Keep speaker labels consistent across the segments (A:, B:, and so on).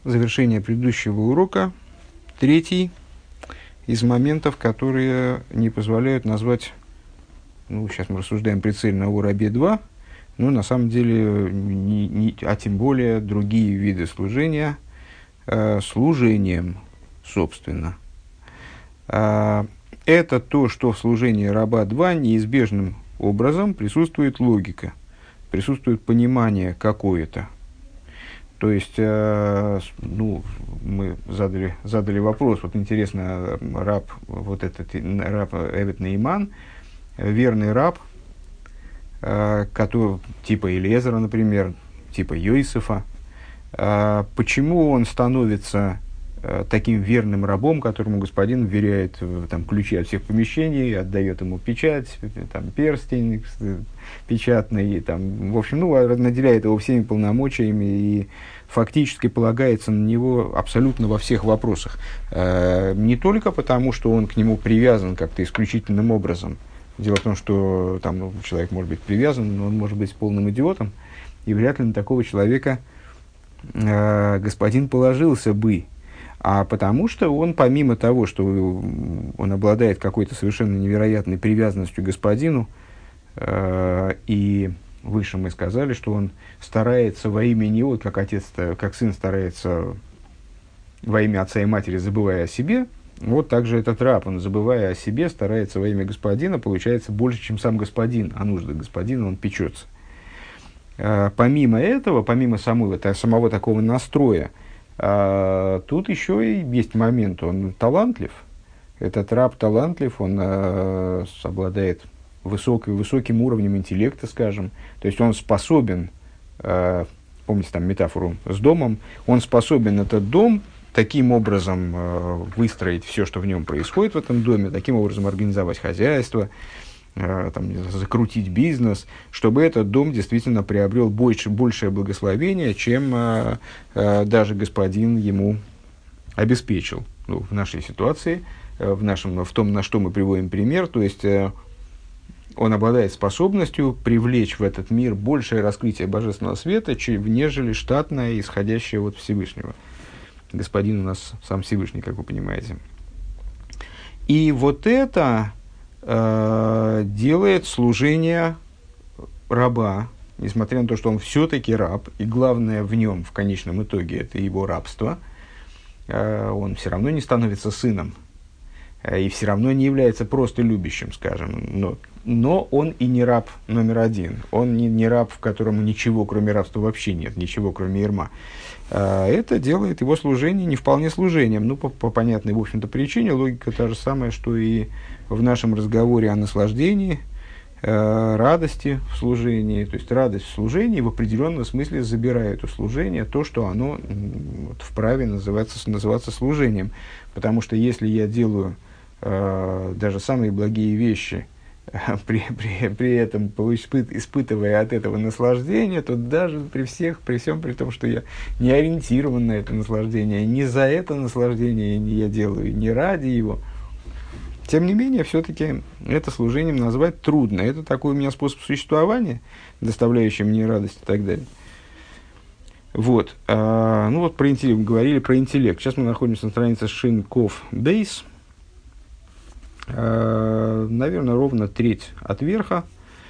A: завершение предыдущего урока, третий из моментов, которые не позволяют назвать, сейчас мы рассуждаем прицельно о рабе 2, но на самом деле, а тем более другие виды служения, служением, собственно. Это то, что в служении раба 2 неизбежным образом присутствует логика, присутствует понимание какое-то. То есть, мы задали вопрос, вот интересно, раб, вот этот раб Эвед Наиман, верный раб, который, типа Элиэзера, например, типа Йосефа, почему он становится таким верным рабом, которому господин вверяет там, ключи от всех помещений, отдает ему печать, там, перстень печатный, там, в общем, наделяет его всеми полномочиями и фактически полагается на него абсолютно во всех вопросах. Не только потому, что он к нему привязан как-то исключительным образом. Дело в том, что там, человек может быть привязан, но он может быть полным идиотом, и вряд ли на такого человека господин положился бы. А потому что он, помимо того, что он обладает какой-то совершенно невероятной привязанностью к господину, и выше мы сказали, что он старается во имя него, как сын старается во имя отца и матери, забывая о себе, вот также этот раб, он, забывая о себе, старается во имя господина, получается больше, чем сам господин, о нуждах господина он печется. Помимо этого, помимо самого такого настроя, тут еще и есть момент, он талантлив. Этот раб талантлив, он обладает высоким уровнем интеллекта, скажем. То есть он способен, помните там метафору с домом, он способен этот дом таким образом выстроить все, что в нем происходит в этом доме, таким образом организовать хозяйство, закрутить бизнес, чтобы этот дом действительно приобрел большее благословение, чем даже господин ему обеспечил. В нашей ситуации, в том, на что мы приводим пример, то есть он обладает способностью привлечь в этот мир большее раскрытие божественного света, нежели штатное, исходящее от Всевышнего. Господин у нас сам Всевышний, как вы понимаете. И вот это делает служение раба, несмотря на то, что он все-таки раб, и главное в нем, в конечном итоге, это его рабство, он все равно не становится сыном, и все равно не является просто любящим, скажем, но он и не раб номер один, он не раб, в котором ничего, кроме рабства, вообще нет, ничего, кроме ерма. Это делает его служение не вполне служением, по понятной, в общем-то, причине. Логика та же самая, что и в нашем разговоре о наслаждении, радости в служении. То есть радость в служении в определенном смысле забирает у служения то, что оно вправе называться служением. Потому что если я делаю даже самые благие вещи, при этом испытывая от этого наслаждение, то даже при всем при том, что я не ориентирован на это наслаждение, не за это наслаждение я делаю, не ради его, тем не менее, все-таки это служением назвать трудно. Это такой у меня способ существования, доставляющий мне радость и так далее. Вот. Говорили про интеллект. Сейчас мы находимся на странице Шинков Дейс. Наверное, ровно треть от верха.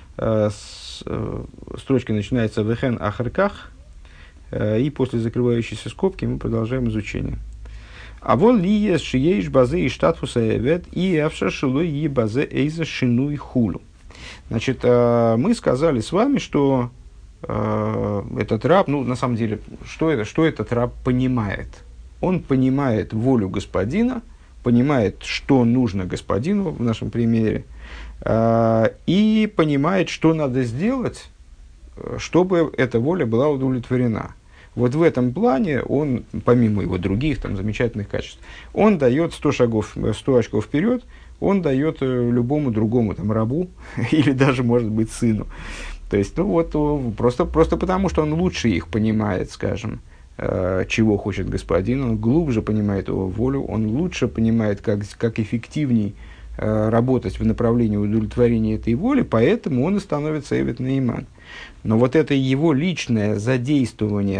A: Строчка начинается «Вехен ахарках», и после закрывающейся скобки мы продолжаем изучение. А вон ли есть шиеиш базе и штатфуса эвет, и авшашилой и базе эйза шину и хулу. Значит, мы сказали с вами, что этот раб, на самом деле, что этот раб понимает? Он понимает волю господина, понимает, что нужно господину в нашем примере, и понимает, что надо сделать, чтобы эта воля была удовлетворена. Вот в этом плане он, помимо его других замечательных качеств, он дает 100 очков вперед, он дает любому другому рабу или даже, может быть, сыну. То есть, просто потому, что он лучше их понимает, скажем, чего хочет господин, он глубже понимает его волю, он лучше понимает, как эффективней работать в направлении удовлетворения этой воли, поэтому он и становится Эвед Наиман. Но вот это его личное задействование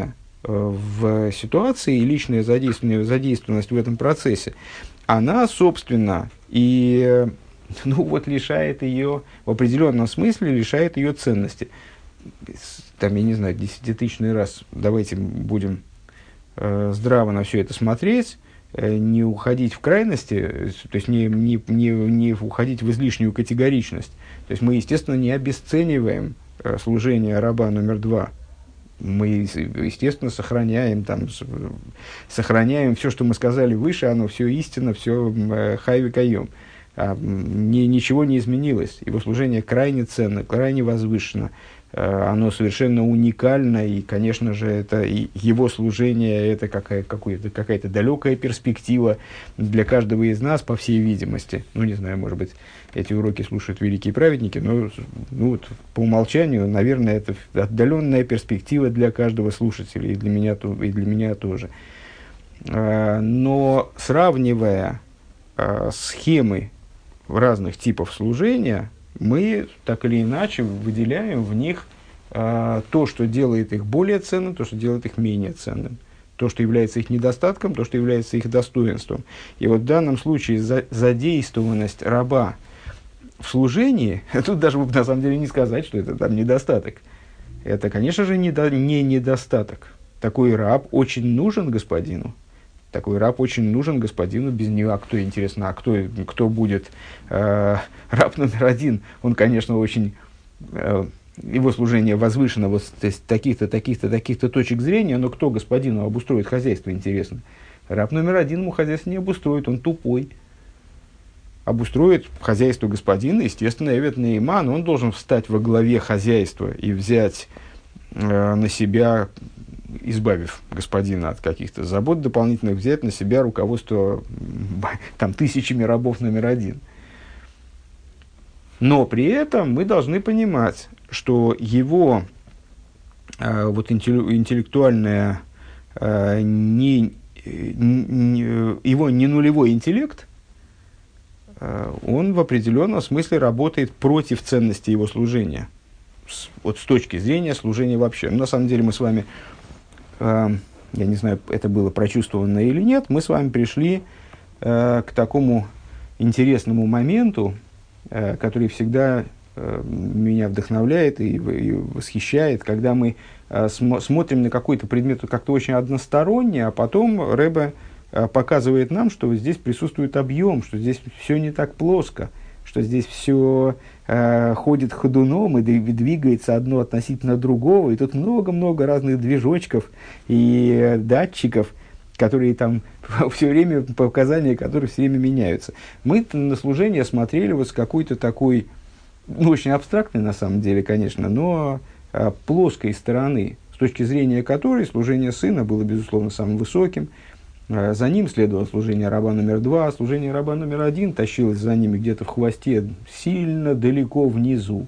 A: в ситуации, и личная задействованность в этом процессе, она, собственно, и лишает ее, в определенном смысле лишает ее ценности. Там, я не знаю, десятитысячный раз давайте будем здраво на все это смотреть, не уходить в крайности, то есть не уходить в излишнюю категоричность. То есть мы, естественно, не обесцениваем служение раба номер 2. Мы, естественно, сохраняем все, что мы сказали выше, оно все истинно, все хайви кайом. Ничего не изменилось. Его служение крайне ценно, крайне возвышено. Оно совершенно уникально, и, конечно же, это его служение, это какая-то далекая перспектива для каждого из нас, по всей видимости. Не знаю, может быть, эти уроки слушают великие праведники, но по умолчанию, наверное, это отдаленная перспектива для каждого слушателя, и для меня тоже. Но сравнивая схемы разных типов служения, мы так или иначе выделяем в них то, что делает их более ценным, то, что делает их менее ценным, то, что является их недостатком, то, что является их достоинством. И вот в данном случае задействованность раба в служении, тут даже на самом деле не сказать, что это там недостаток. Это, конечно же, не недостаток. Такой раб очень нужен господину. Такой раб очень нужен господину, без него, кто будет раб номер 1, он, конечно, очень, его служение возвышено вот с таких-то точек зрения, но кто господину обустроит хозяйство, интересно? Раб номер 1 ему хозяйство не обустроит, он тупой. Обустроит хозяйство господина, естественно, Эвед Нейман, он должен встать во главе хозяйства и взять на себя, избавив господина от каких-то забот дополнительных, взять на себя руководство тысячами рабов номер 1. Но при этом мы должны понимать, что его интеллектуальная, его не нулевой интеллект, он в определенном смысле работает против ценности его служения. С точки зрения служения вообще. На самом деле мы с вами, я не знаю, это было прочувствовано или нет, мы с вами пришли к такому интересному моменту, который всегда меня вдохновляет и восхищает, когда мы смотрим на какой-то предмет как-то очень односторонне, а потом Ребе показывает нам, что здесь присутствует объем, что здесь все не так плоско, что здесь все ходит ходуном и двигается одно относительно другого, и тут много-много разных движочков и датчиков, которые там все время, показания которых все время меняются. Мы на служение смотрели вот с какой-то такой, очень абстрактной на самом деле, конечно, но плоской стороны, с точки зрения которой служение сына было, безусловно, самым высоким. За ним следовало служение раба номер 2, а служение раба номер 1 тащилось за ними где-то в хвосте, сильно далеко внизу.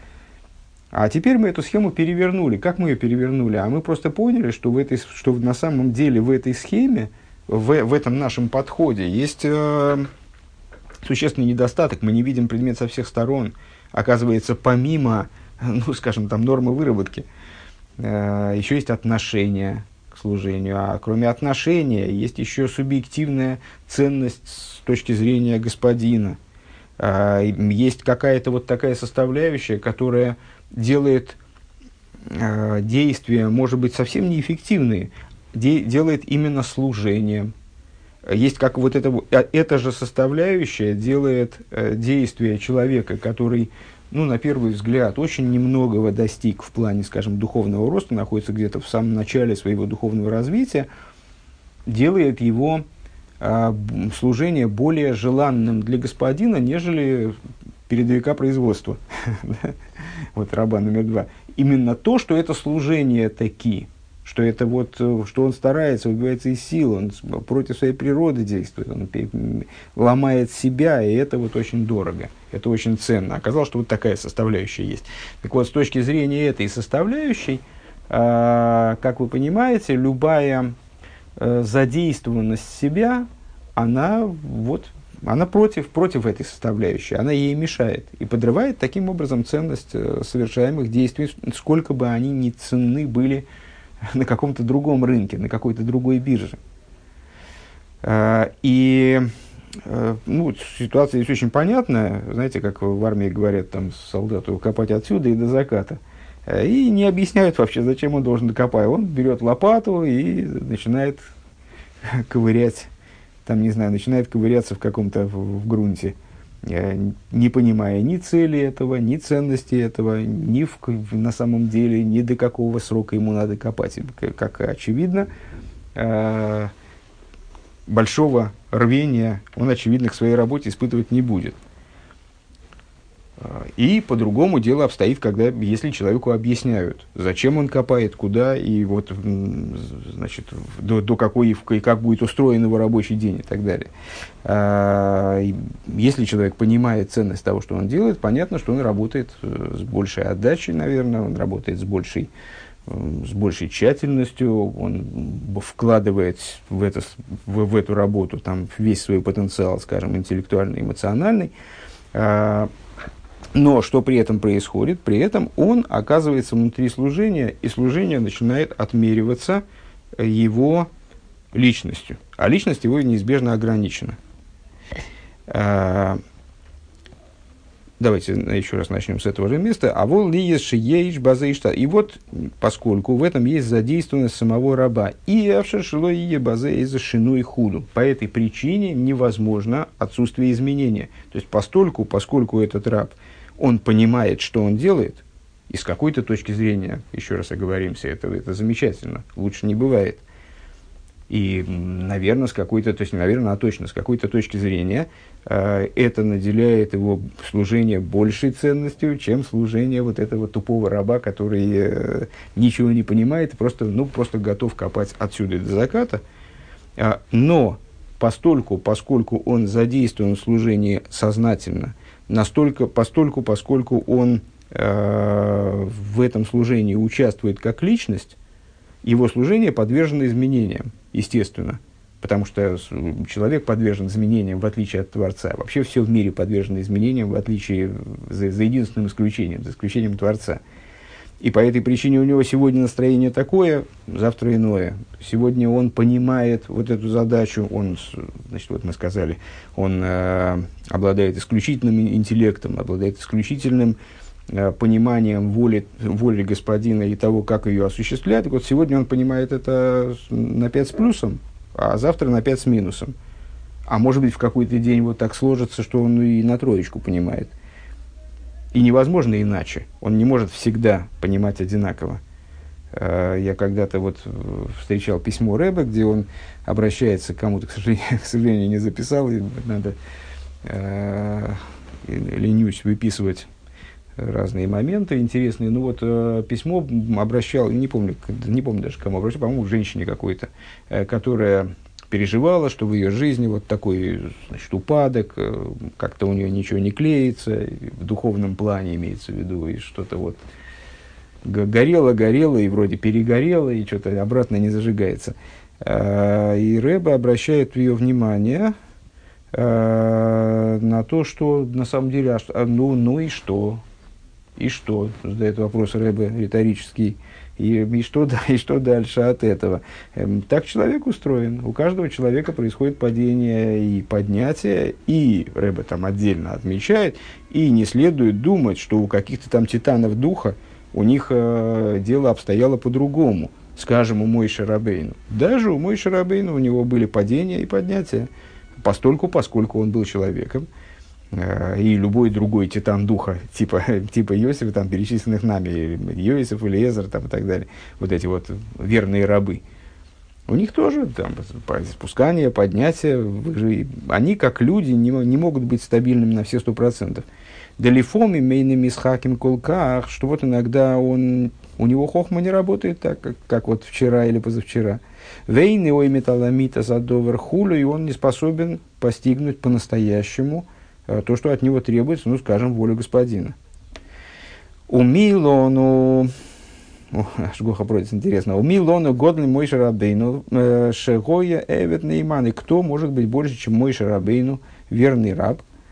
A: А теперь мы эту схему перевернули. Как мы ее перевернули? А мы просто поняли, что на самом деле в этой схеме, в этом нашем подходе есть существенный недостаток. Мы не видим предмет со всех сторон. Оказывается, помимо, нормы выработки, еще есть отношения к служению. А кроме отношения, есть еще субъективная ценность с точки зрения господина. Есть какая-то вот такая составляющая, которая делает действия, может быть, совсем неэффективные, делает именно служением. Есть как вот эта же составляющая делает действия человека, который, на первый взгляд, очень немногого достиг в плане, духовного роста, находится где-то в самом начале своего духовного развития, делает его служение более желанным для господина, нежели передовика производства. Вот раба номер 2. Именно то, что это служение таки, что это что он старается, выбивается из сил, он против своей природы действует, он ломает себя, и это очень дорого, это очень ценно. Оказалось, что вот такая составляющая есть. Так вот, с точки зрения этой составляющей, как вы понимаете, любая задействованность себя, она против этой составляющей, она ей мешает и подрывает таким образом ценность совершаемых действий, сколько бы они ни ценны были на каком-то другом рынке, на какой-то другой бирже. И ситуация здесь очень понятная. Знаете, как в армии говорят там, солдату копать отсюда и до заката. И не объясняют вообще, зачем он должен докопать. Он берет лопату и начинает ковырять, там, не знаю, начинает ковыряться в каком-то в грунте, не понимая ни цели этого, ни ценности этого, на самом деле, ни до какого срока ему надо копать. Как очевидно, большого рвения он, очевидно, к своей работе испытывать не будет. И по-другому дело обстоит, если человеку объясняют, зачем он копает, куда, и вот, значит, до какой, и как будет устроен его рабочий день и так далее. Если человек понимает ценность того, что он делает, понятно, что он работает с большей отдачей, наверное, он работает с большей тщательностью, он вкладывает в эту работу там, весь свой потенциал, скажем, интеллектуальный, эмоциональный. Но что при этом происходит? При этом он оказывается внутри служения, и служение начинает отмериваться его личностью. А личность его неизбежно ограничена. Давайте еще раз начнем с этого же места. А вол ли есть шиеиш базейшта. И вот, поскольку в этом есть задействованность самого раба, и авшершило ие базе из шину и худу. По этой причине невозможно отсутствие изменения. То есть, поскольку этот раб, он понимает, что он делает, и с какой-то точки зрения, еще раз оговоримся, это замечательно, лучше не бывает. И, наверное, точно с какой-то точки зрения это наделяет его служение большей ценностью, чем служение вот этого тупого раба, который ничего не понимает и просто готов копать отсюда до заката. Но поскольку он задействован в служении сознательно, поскольку он в этом служении участвует как личность, его служение подвержено изменениям, естественно. Потому что человек подвержен изменениям, в отличие от Творца. Вообще все в мире подвержено изменениям, за единственным исключением, за исключением Творца. И по этой причине у него сегодня настроение такое, завтра иное. Сегодня он понимает вот эту задачу, вот мы сказали, он обладает исключительным интеллектом, обладает исключительным пониманием воли Господина и того, как ее осуществлять. Так вот сегодня он понимает это на 5 с плюсом, а завтра на 5 с минусом. А может быть, в какой-то день вот так сложится, что он и на 3 понимает. И невозможно иначе. Он не может всегда понимать одинаково. Я когда-то встречал письмо Ребе, где он обращается к кому-то, к сожалению, не записал, и надо ленюсь выписывать разные моменты интересные. Письмо обращал, не помню даже кому обращал, по-моему, женщине какой-то, которая переживала, что в ее жизни такой, упадок, как-то у нее ничего не клеится, в духовном плане имеется в виду, и что-то горело, и вроде перегорело, и что-то обратно не зажигается. И Ребе обращает ее внимание на то, что на самом деле, и что? И что? Задает вопрос Ребе риторический. И что дальше от этого? Так человек устроен. У каждого человека происходит падение и поднятие. И Ребе там отдельно отмечает. И не следует думать, что у каких-то там титанов духа у них дело обстояло по-другому. Скажем, у Мойше Рабейну. Даже у Мойше Рабейну у него были падения и поднятия. Поскольку он был человеком. И любой другой титан духа, типа Иосифа, там, перечисленных нами, Иосиф, Элиэзер там, и так далее, вот эти верные рабы, у них тоже там, спускание, поднятие, они, как люди, не могут быть стабильными на все 100%. Далифоми, мейными схаким колках, что иногда у него хохма не работает так, как вчера или позавчера. Вейны ой металамита задовер хулю, и он не способен постигнуть по-настоящему то, что от него требуется, скажем, волю Господина. У Милону, Шгоха против, интересно, у Милону годный Мойше Рабейну, Шегоя Эвет Нейман, и кто может быть больше, чем Мойше Рабейну, верный раб?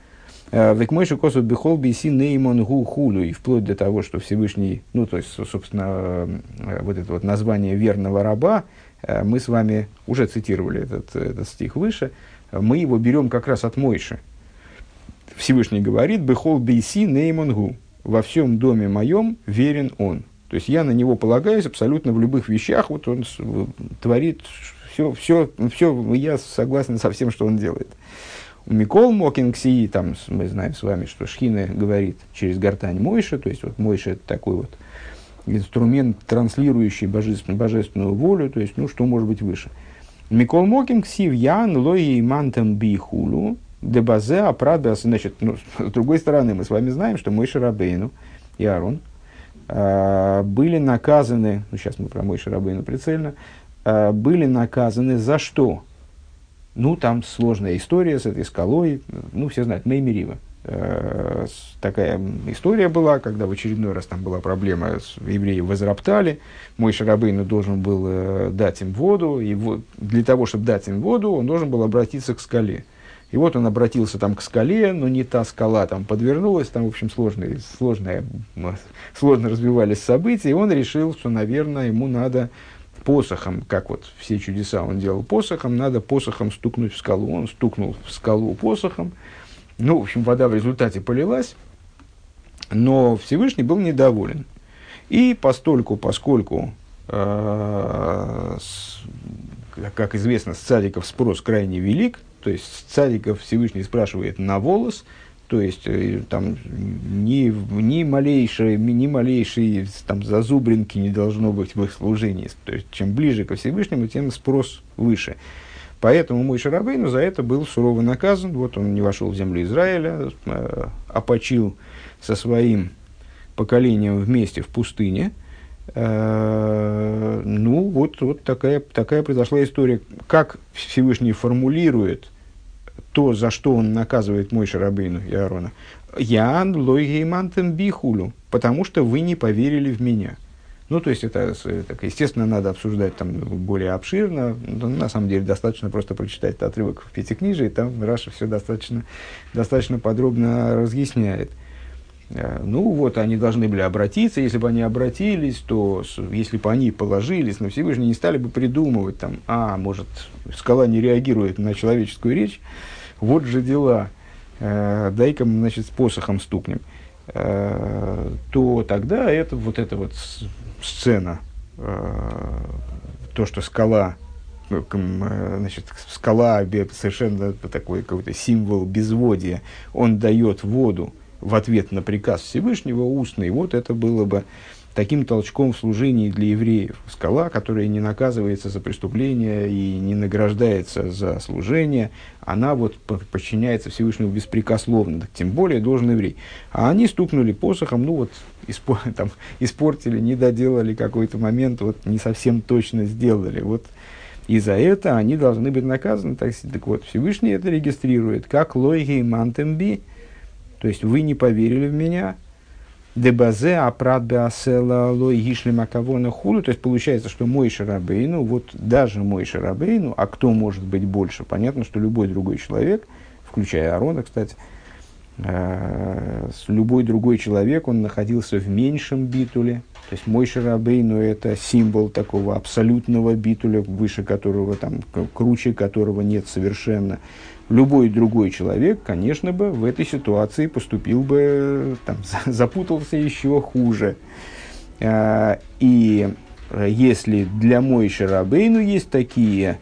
A: Век Мойше косу бихол биси неймон гу хулю. И вплоть до того, что Всевышний, ну, то есть, собственно, вот это вот название верного раба, мы с вами уже цитировали этот стих выше, мы его берем как раз от Мойши. Всевышний говорит, бихол биси неймон гу. Во всем доме моем верен он. То есть, я на него полагаюсь абсолютно в любых вещах. Вот он творит все, я согласен со всем, что он делает. Микол Мокингси, там мы знаем с вами, что Шхина говорит через гортань Мойши, то есть вот Мойши это такой вот инструмент, транслирующий божественную волю, то есть, ну, что может быть выше. Микол Мокингси в Ян лои мантам бихулу дебазе апрадас. Значит, ну, с другой стороны, мы с вами знаем, что Мойше Рабейну и Аарон были наказаны, ну, сейчас мы про Мойше Рабейну прицельно, были наказаны за что? Ну, там сложная история с этой скалой. Ну, все знают, Меймерива. Такая история была, когда в очередной раз там была проблема, евреи возроптали. Мойше Рабейну должен был дать им воду. И вот, для того, чтобы дать им воду, он должен был обратиться к скале. И вот он обратился там к скале, но не та скала там подвернулась. Там, в общем, сложно развивались события. И он решил, что, наверное, ему надо посохом, как вот все чудеса он делал посохом, надо посохом стукнуть в скалу. Он стукнул в скалу посохом. Ну, в общем, вода в результате полилась, но Всевышний был недоволен. И поскольку, как известно, с цадиков спрос крайне велик, то есть с цадиков Всевышний спрашивает на волос, то есть там ни малейшей там, зазубринки не должно быть в их служении. То есть чем ближе ко Всевышнему, тем спрос выше. Поэтому Мойше Рабейну за это был сурово наказан. Вот он не вошел в землю Израиля, опочил со своим поколением вместе в пустыне. Ну, вот такая произошла история. Как Всевышний формулирует то, за что он наказывает Мойше Рабейну и Аарона. «Ян лойгеймантем бихулю», потому что вы не поверили в меня. Ну, то есть, это естественно, надо обсуждать там более обширно. Но, на самом деле, достаточно просто прочитать отрывок в Пятикнижии, там Раша все достаточно подробно разъясняет. Ну, вот, они должны были обратиться. Если бы они обратились, то, если бы они положились на Всевышний, не стали бы придумывать, там, может, скала не реагирует на человеческую речь, вот же дела, дай-ка, значит, с посохом стукнем. То тогда эта вот сцена, то, что скала, значит, скала совершенно такой какой-то символ безводия, он дает воду в ответ на приказ Всевышнего устный, вот это было бы таким толчком в служении для евреев. Скала, которая не наказывается за преступления и не награждается за служение, она вот подчиняется Всевышнему беспрекословно, так тем более должен еврей. А они стукнули посохом, ну вот испортили, не доделали какой-то момент, вот не совсем точно сделали. Вот и за это они должны быть наказаны. Так вот, Всевышний это регистрирует как лойгей мантемби, то есть вы не поверили в меня, дебазе апрат беасела лой гишли макавона хулу. То есть получается, что Мойше Рабейну, вот даже Мойше Рабейну, а кто может быть больше? Понятно, что любой другой человек, включая Аарона, кстати, любой другой человек, он находился в меньшем битуле. То есть Мойше Рабейну это символ такого абсолютного битуля, выше которого, там, круче которого нет совершенно. Любой другой человек, конечно бы, в этой ситуации поступил бы, там, запутался еще хуже. И если для Мойше Рабейну есть такие,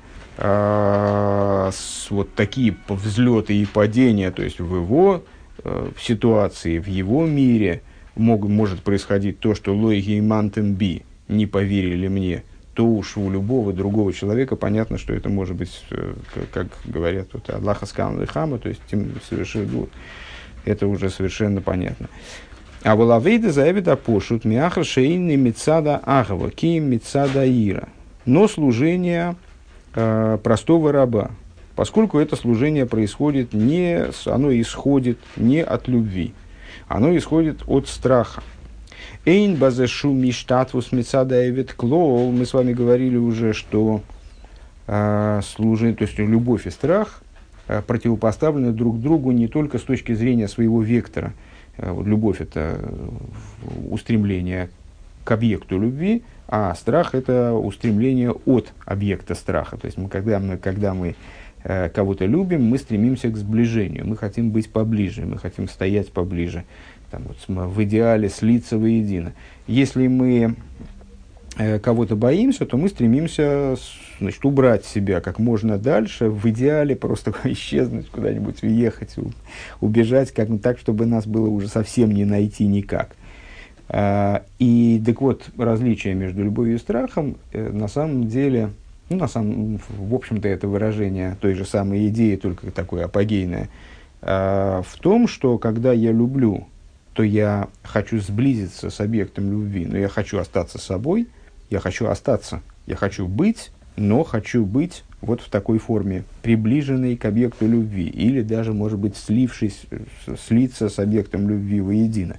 A: вот такие взлеты и падения, то есть в его ситуации, в его мире может происходить то, что лойги мантем би, не поверили мне, то уж у любого другого человека понятно, что это может быть, как говорят тут, Аллаха скан лихама, то есть совершенно, это уже совершенно понятно. А волавейда заявида пошут миахр шейни мицада агава ки мицада ира. Но служение простого раба, поскольку это служение происходит оно исходит не от любви, оно исходит от страха. Эйн базешу миштатвус мицада эвид клоу. Мы с вами говорили уже, что служение, то есть любовь и страх, противопоставлены друг другу не только с точки зрения своего вектора. Вот любовь – это устремление к объекту любви, а страх – это устремление от объекта страха. То есть когда мы кого-то любим, мы стремимся к сближению, мы хотим быть поближе, мы хотим стоять поближе, там, вот, в идеале слиться воедино. Если мы кого-то боимся, то мы стремимся, значит, убрать себя как можно дальше, в идеале просто исчезнуть куда-нибудь, уехать, убежать так, чтобы нас было уже совсем не найти никак. И так вот, различие между любовью и страхом на самом деле, в общем-то, это выражение той же самой идеи, только такое апогейное, в том, что когда я люблю, то я хочу сблизиться с объектом любви, но я хочу остаться собой, я хочу быть, но хочу быть вот в такой форме, приближенной к объекту любви, или даже, может быть, слиться с объектом любви воедино.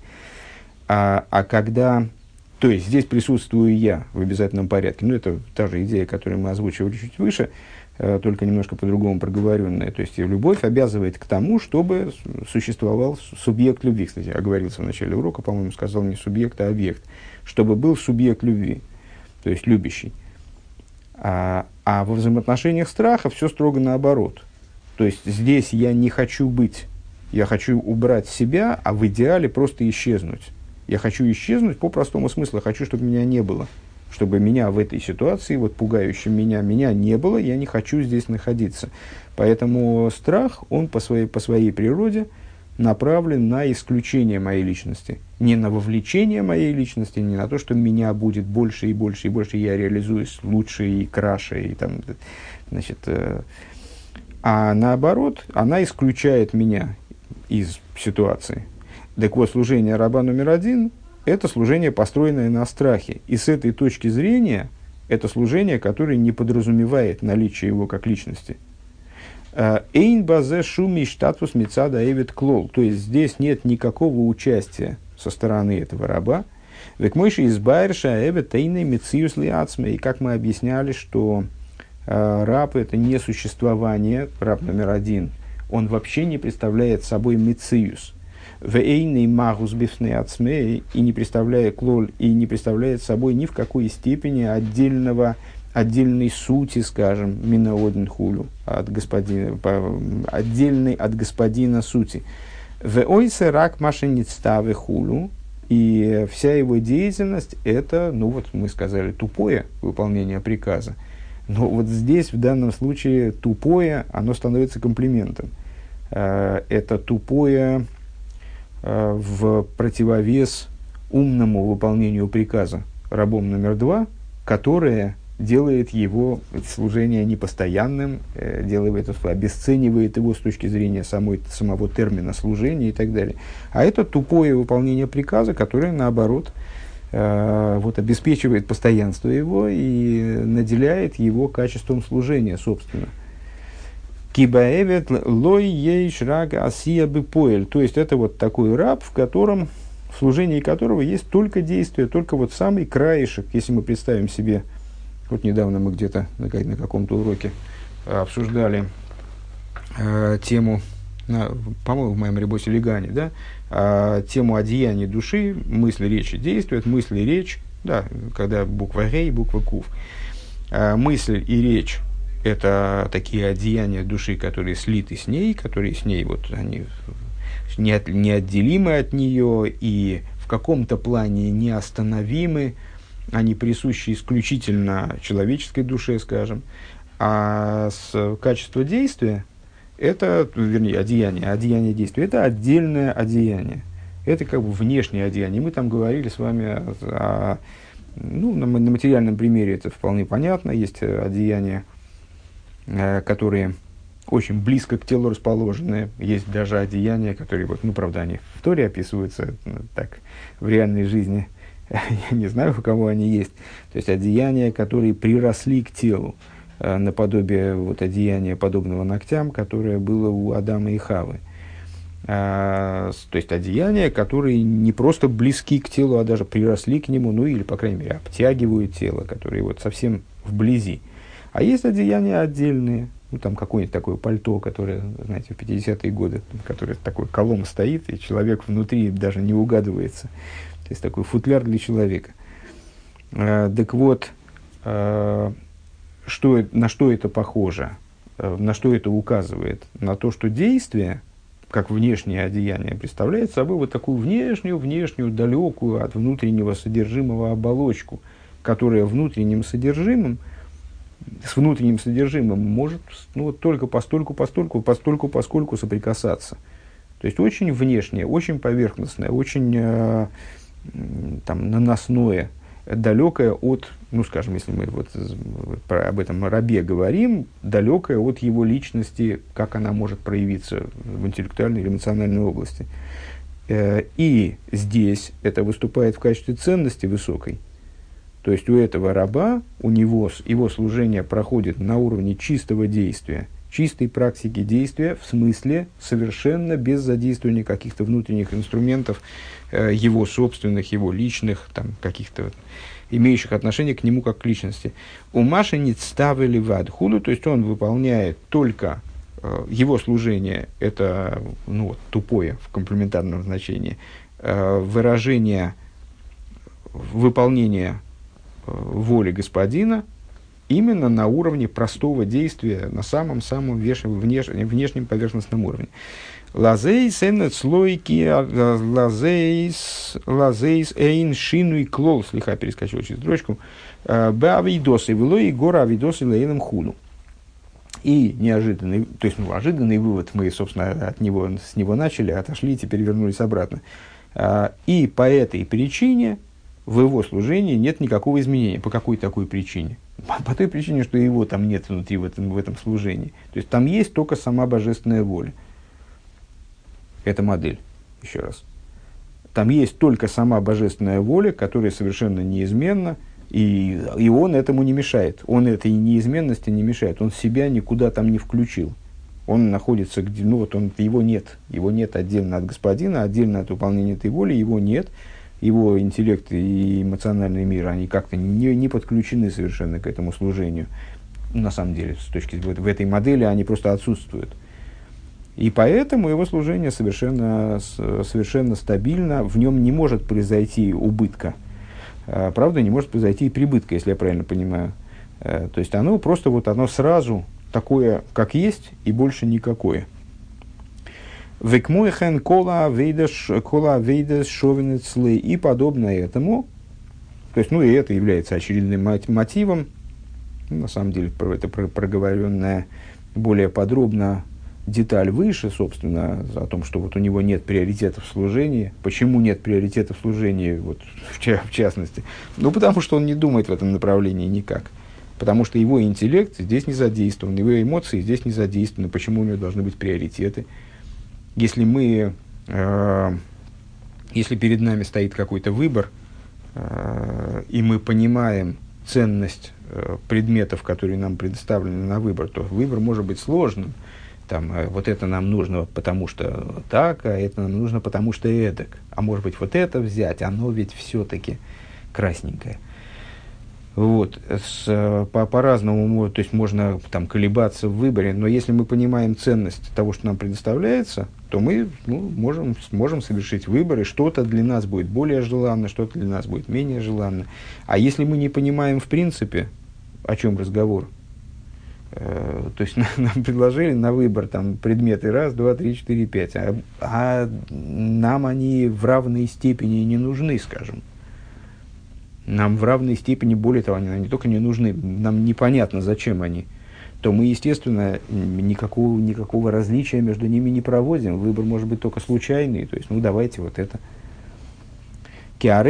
A: То есть здесь присутствую я в обязательном порядке. Это та же идея, которую мы озвучивали чуть выше, только немножко по-другому проговоренная. То есть любовь обязывает к тому, чтобы существовал субъект любви. Кстати, оговорился в начале урока, по-моему, сказал не субъект, а объект. Чтобы был субъект любви, то есть любящий. А во взаимоотношениях страха все строго наоборот. То есть здесь я не хочу быть, я хочу убрать себя, а в идеале просто исчезнуть. Я хочу исчезнуть по простому смыслу, хочу, чтобы меня не было. Чтобы меня в этой ситуации, вот пугающем меня не было, я не хочу здесь находиться. Поэтому страх, он по своей природе направлен на исключение моей личности. Не на вовлечение моей личности, не на то, что меня будет больше и больше и больше, я реализуюсь лучше и краше. И там, значит, а наоборот, она исключает меня из ситуации. Так вот, служение раба номер 1 – это служение, построенное на страхе. И с этой точки зрения, это служение, которое не подразумевает наличие его как личности. Эйн базе шуми штатус мицада эвид клол. То есть, здесь нет никакого участия со стороны этого раба. Век мойши избайрша эвид эйны мициус лиацме. И как мы объясняли, что раб – это не существование, раб номер 1, он вообще не представляет собой мициус. Вейный магус бифны ацмей, и не представляет клоль, и не представляет собой ни в какой степени отдельной сути, скажем, минаоден хулю, от господина, отдельной от господина сути. Вейсе рак машиництавы хулю, и вся его деятельность это, мы сказали, тупое выполнение приказа. Но вот здесь, в данном случае, тупое, оно становится комплиментом. Это тупое в противовес умному выполнению приказа рабом номер 2, которое делает его служение непостоянным, обесценивает его с точки зрения самого термина служения и так далее. А это тупое выполнение приказа, которое, наоборот, обеспечивает постоянство его и наделяет его качеством служения, собственно. Кибаэвет лой ей шраг асия бепоэль. То есть, это вот такой раб, в служении которого есть только действие, только вот самый краешек. Если мы представим себе, вот недавно мы где-то на каком-то уроке обсуждали тему, по-моему, в моем ребосе Легане, да, тему одеяния души, мысли, речи, действия, мысли, речь, да, когда буква Гей, буква Кув. Мысль и речь – это такие одеяния души, которые слиты с ней, они неотделимы от нее и в каком-то плане неостановимы, они присущи исключительно человеческой душе, скажем. А качество действия – это, одеяние действия – это отдельное одеяние. Это как бы внешнее одеяние. Мы там говорили с вами на материальном примере это вполне понятно. Есть одеяния, которые очень близко к телу расположены. Есть даже одеяния, которые, правда, они в Торе описываются, так, в реальной жизни. Я не знаю, у кого они есть. То есть, одеяния, которые приросли к телу, наподобие одеяния, подобного ногтям, которое было у Адама и Хавы. То есть, одеяния, которые не просто близки к телу, а даже приросли к нему, или, по крайней мере, обтягивают тело, которые совсем вблизи. А есть одеяния отдельные, ну, там какое-нибудь такое пальто, которое, знаете, в 50-е годы, которое такой колом стоит, и человек внутри даже не угадывается. То есть такой футляр для человека. Так вот, на что это похоже? На что это указывает? На то, что действие, как внешнее одеяние, представляет собой вот такую внешнюю, далекую от внутреннего содержимого оболочку, которая с внутренним содержимым может, ну, вот только поскольку соприкасаться. То есть очень внешнее, очень поверхностное, очень там, наносное, далекое от, ну, скажем, если мы вот об этом рабе говорим, далекое от его личности, как она может проявиться в интеллектуальной или эмоциональной области. И здесь это выступает в качестве ценности высокой. То есть у этого раба, у него, его служение проходит на уровне чистого действия, чистой практики действия, в смысле совершенно без задействования каких-то внутренних инструментов, его собственных, его личных, там, каких-то имеющих отношение к нему как к личности. У Маши не ставили в адхулу, то есть он выполняет только его служение, это, ну, вот, тупое в комплементарном значении, выражение, выполнение воли господина именно на уровне простого действия, на самом-самом внешнем поверхностном уровне. Лазейс энет слойки, лазейс эйн шину и клол, слегка перескочил через строчку, бавидосы вилой гора авидосы лейном хуну. И неожиданный, то есть, ну, ожиданный вывод, мы, собственно, с него начали, отошли, теперь вернулись обратно. И по этой причине в его служении нет никакого изменения. По какой такой причине? По той причине, что его там нет внутри в этом служении. То есть там есть только сама божественная воля. Это модель, еще раз. Там есть только сама божественная воля, которая совершенно неизменна, и он этому не мешает. Он этой неизменности не мешает. Он себя никуда там не включил. Он находится где, ну вот его нет. Его нет отдельно от господина, отдельно от выполнения этой воли, его нет. Его интеллект и эмоциональный мир, они как-то не подключены совершенно к этому служению. На самом деле, с точки зрения в этой модели они просто отсутствуют. И поэтому его служение совершенно стабильно, в нем не может произойти убытка. Правда, не может произойти и прибытка, если я правильно понимаю. То есть оно просто вот оно сразу такое, как есть, и больше никакое. Векмуэхэн кола вейдаш шовенецлы, и подобно этому, то есть, ну, и это является очередным мотивом, на самом деле, это проговоренная более подробно деталь выше, собственно, о том, что вот у него нет приоритета в служении. Почему нет приоритета в служении, вот, в частности? Ну, потому что он не думает в этом направлении никак. Потому что его интеллект здесь не задействован, его эмоции здесь не задействованы. Почему у него должны быть приоритеты? Если перед нами стоит какой-то выбор, и мы понимаем ценность предметов, которые нам предоставлены на выбор, то выбор может быть сложным. Там, вот это нам нужно, потому что так, а это нам нужно, потому что эдак. А может быть, вот это взять, оно ведь все-таки красненькое. Вот, по-разному, то есть можно там колебаться в выборе, но если мы понимаем ценность того, что нам предоставляется, то мы можем совершить выбор, и что-то для нас будет более желанно, что-то для нас будет менее желанно. А если мы не понимаем в принципе, о чем разговор, то есть нам предложили на выбор там, предметы 1, 2, 3, 4, 5, а нам они в равной степени не нужны, скажем. Нам в равной степени, более того, они не только не нужны, нам непонятно, зачем они, то мы, естественно, никакого различия между ними не проводим. Выбор может быть только случайный, то есть, ну, давайте вот это. Так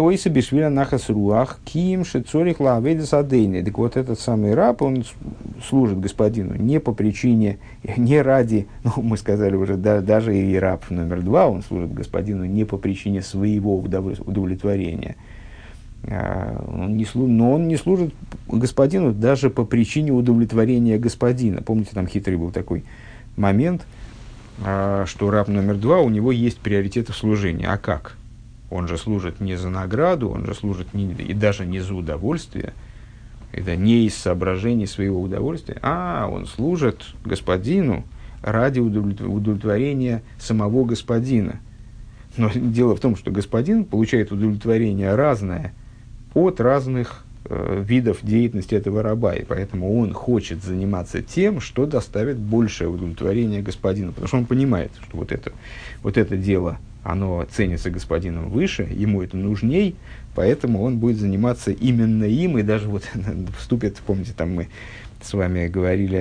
A: вот, этот самый раб, он служит господину не по причине, не ради, ну, мы сказали уже, даже и раб номер 2, он служит господину не по причине своего удовлетворения. Но он не служит господину даже по причине удовлетворения господина. Помните, там хитрый был такой момент, что раб номер 2, у него есть приоритеты в служении. А как? Он же служит не за награду, он же служит и даже не за удовольствие. Это не из соображений своего удовольствия, он служит господину ради удовлетворения самого господина. Но дело в том, что господин получает удовлетворение разное от разных видов деятельности этого раба, и поэтому он хочет заниматься тем, что доставит большее удовлетворение господину, потому что он понимает, что вот это дело, оно ценится господином выше, ему это нужней, поэтому он будет заниматься именно им, и даже вот вступит, помните, там мы с вами говорили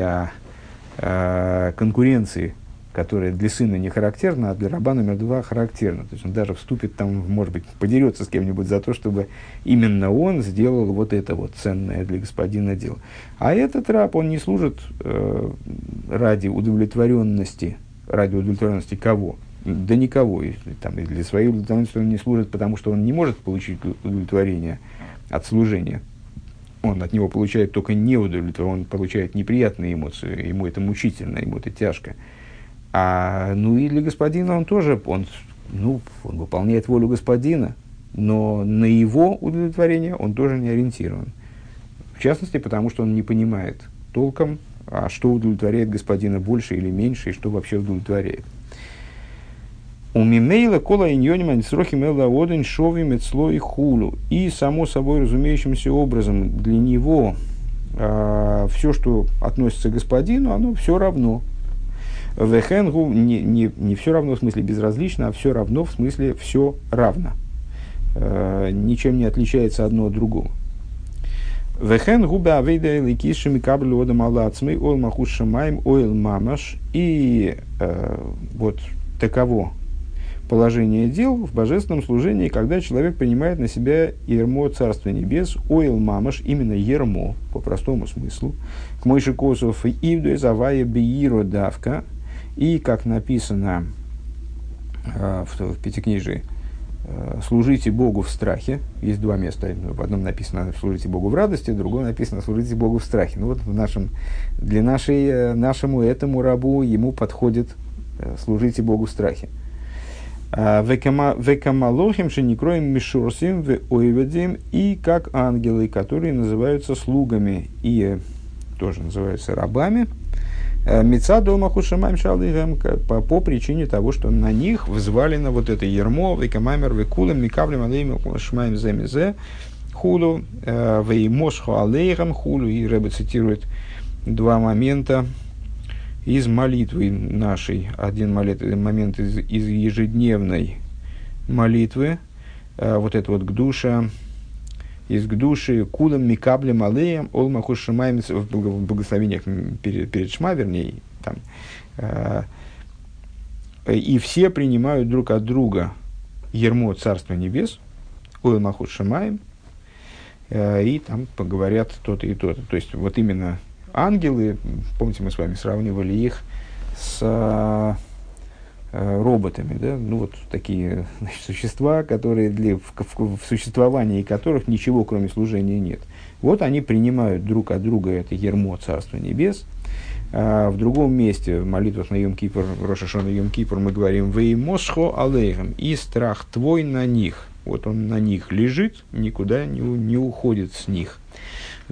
A: о конкуренции, которая для сына не характерна, а для раба номер 2 характерна. То есть он даже вступит там, может быть, подерется с кем-нибудь за то, чтобы именно он сделал вот это вот ценное для господина дело. А этот раб, он не служит ради удовлетворенности кого? Да никого. И для своей удовлетворенности он не служит, потому что он не может получить удовлетворение от служения. Он от него получает только неудовлетворение, он получает неприятные эмоции, ему это мучительно, ему это тяжко. И для господина он тоже, он выполняет волю господина, но на его удовлетворение он тоже не ориентирован. В частности, потому что он не понимает толком, что удовлетворяет господина больше или меньше, и что вообще удовлетворяет. У мимейла кола иньоним ансрохи мела оден шови мецло и хулу. И само собой разумеющимся образом для него все, что относится к господину, оно все равно. Вехенгу не все равно в смысле безразлично, а все равно в смысле все равно. Ничем не отличается одно от другого. Вехенгу беавейда ликишами каблю одам алацмей ойл махуш шамаем ойл мамаш. И вот таково положение дел в божественном служении, когда человек принимает на себя ермо Царства Небес, ойл мамаш, именно ермо, по простому смыслу, к Мойше Косов и Ивду Завая Беиро Давка, и, как написано в Пятикнижии, служите Богу в страхе. Есть два места. В одном написано «служите Богу в радости», в другом написано «служите Богу в страхе». Вот нашему этому рабу ему подходит «служите Богу в страхе». Векамалохим шеникроем мишурсим в ойведим, и как ангелы, которые называются слугами и тоже называются рабами, мица дома хушамаем шалдыгам, по причине того, что на них взвалено вот это ермо, векамамер векулам микаблем алейм шмаем земезе хулу веймошху алейгам хулу. И Ребе цитирует два момента из молитвы нашей. Один момент из ежедневной молитвы, вот это вот гдуша, из гдуши кулам микаблем алеем олмаху шимаем, в благословениях перед шма, вернее, там, и все принимают друг от друга ермо Царства Небес, олмаху шимаем, и там поговорят то-то и то-то. То есть вот именно ангелы, помните, мы с вами сравнивали их с роботами, да? Вот такие, значит, существа, которые в существовании которых ничего кроме служения нет. Вот они принимают друг от друга это ермо Царства Небес. В другом месте, в молитвах на Йом-Кипур, Рош ха-Шана Йом-Кипур, мы говорим «Веймосхо алейхам» и страх твой на них. Вот он на них лежит, никуда не уходит с них. То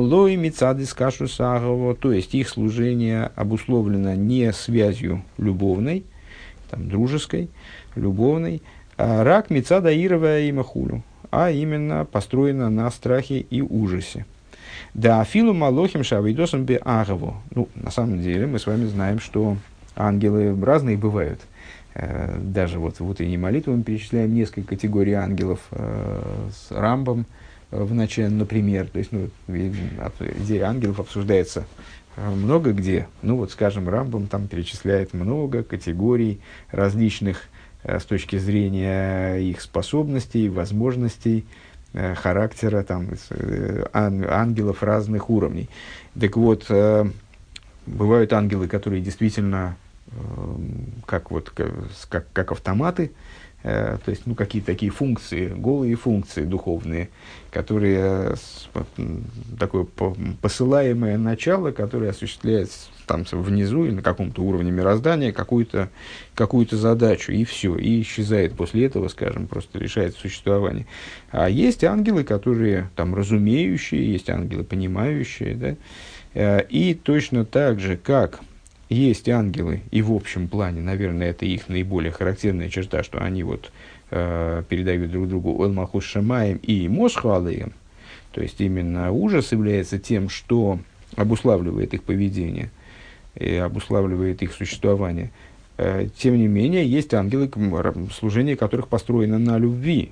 A: есть их служение обусловлено не связью любовной, там, дружеской, любовной, а рак мицада ировая и махулю, а именно построено на страхе и ужасе. Да афилу малохим шавидосом бе агаву. На самом деле мы с вами знаем, что ангелы разные бывают. Даже вот в утренней молитве мы перечисляем несколько категорий ангелов с Рамбом в начале, например. То есть, идея ангелов обсуждается много где. Скажем, Рамбам там перечисляет много категорий различных с точки зрения их способностей, возможностей, характера там, ангелов разных уровней. Так вот, бывают ангелы, которые действительно как автоматы, То есть, ну, какие-то такие функции, голые функции духовные, которые, такое посылаемое начало, которое осуществляет там внизу или на каком-то уровне мироздания какую-то задачу, и все, и исчезает после этого, скажем, просто решает существование. А есть ангелы, которые там разумеющие, есть ангелы понимающие, да, и точно так же, как есть ангелы, и в общем плане, наверное, это их наиболее характерная черта, что они вот передают друг другу «Ол Малхус Шамаим» и «Мосху Алеем», то есть именно ужас является тем, что обуславливает их поведение и обуславливает их существование. Тем не менее, есть ангелы, служение которых построено на любви.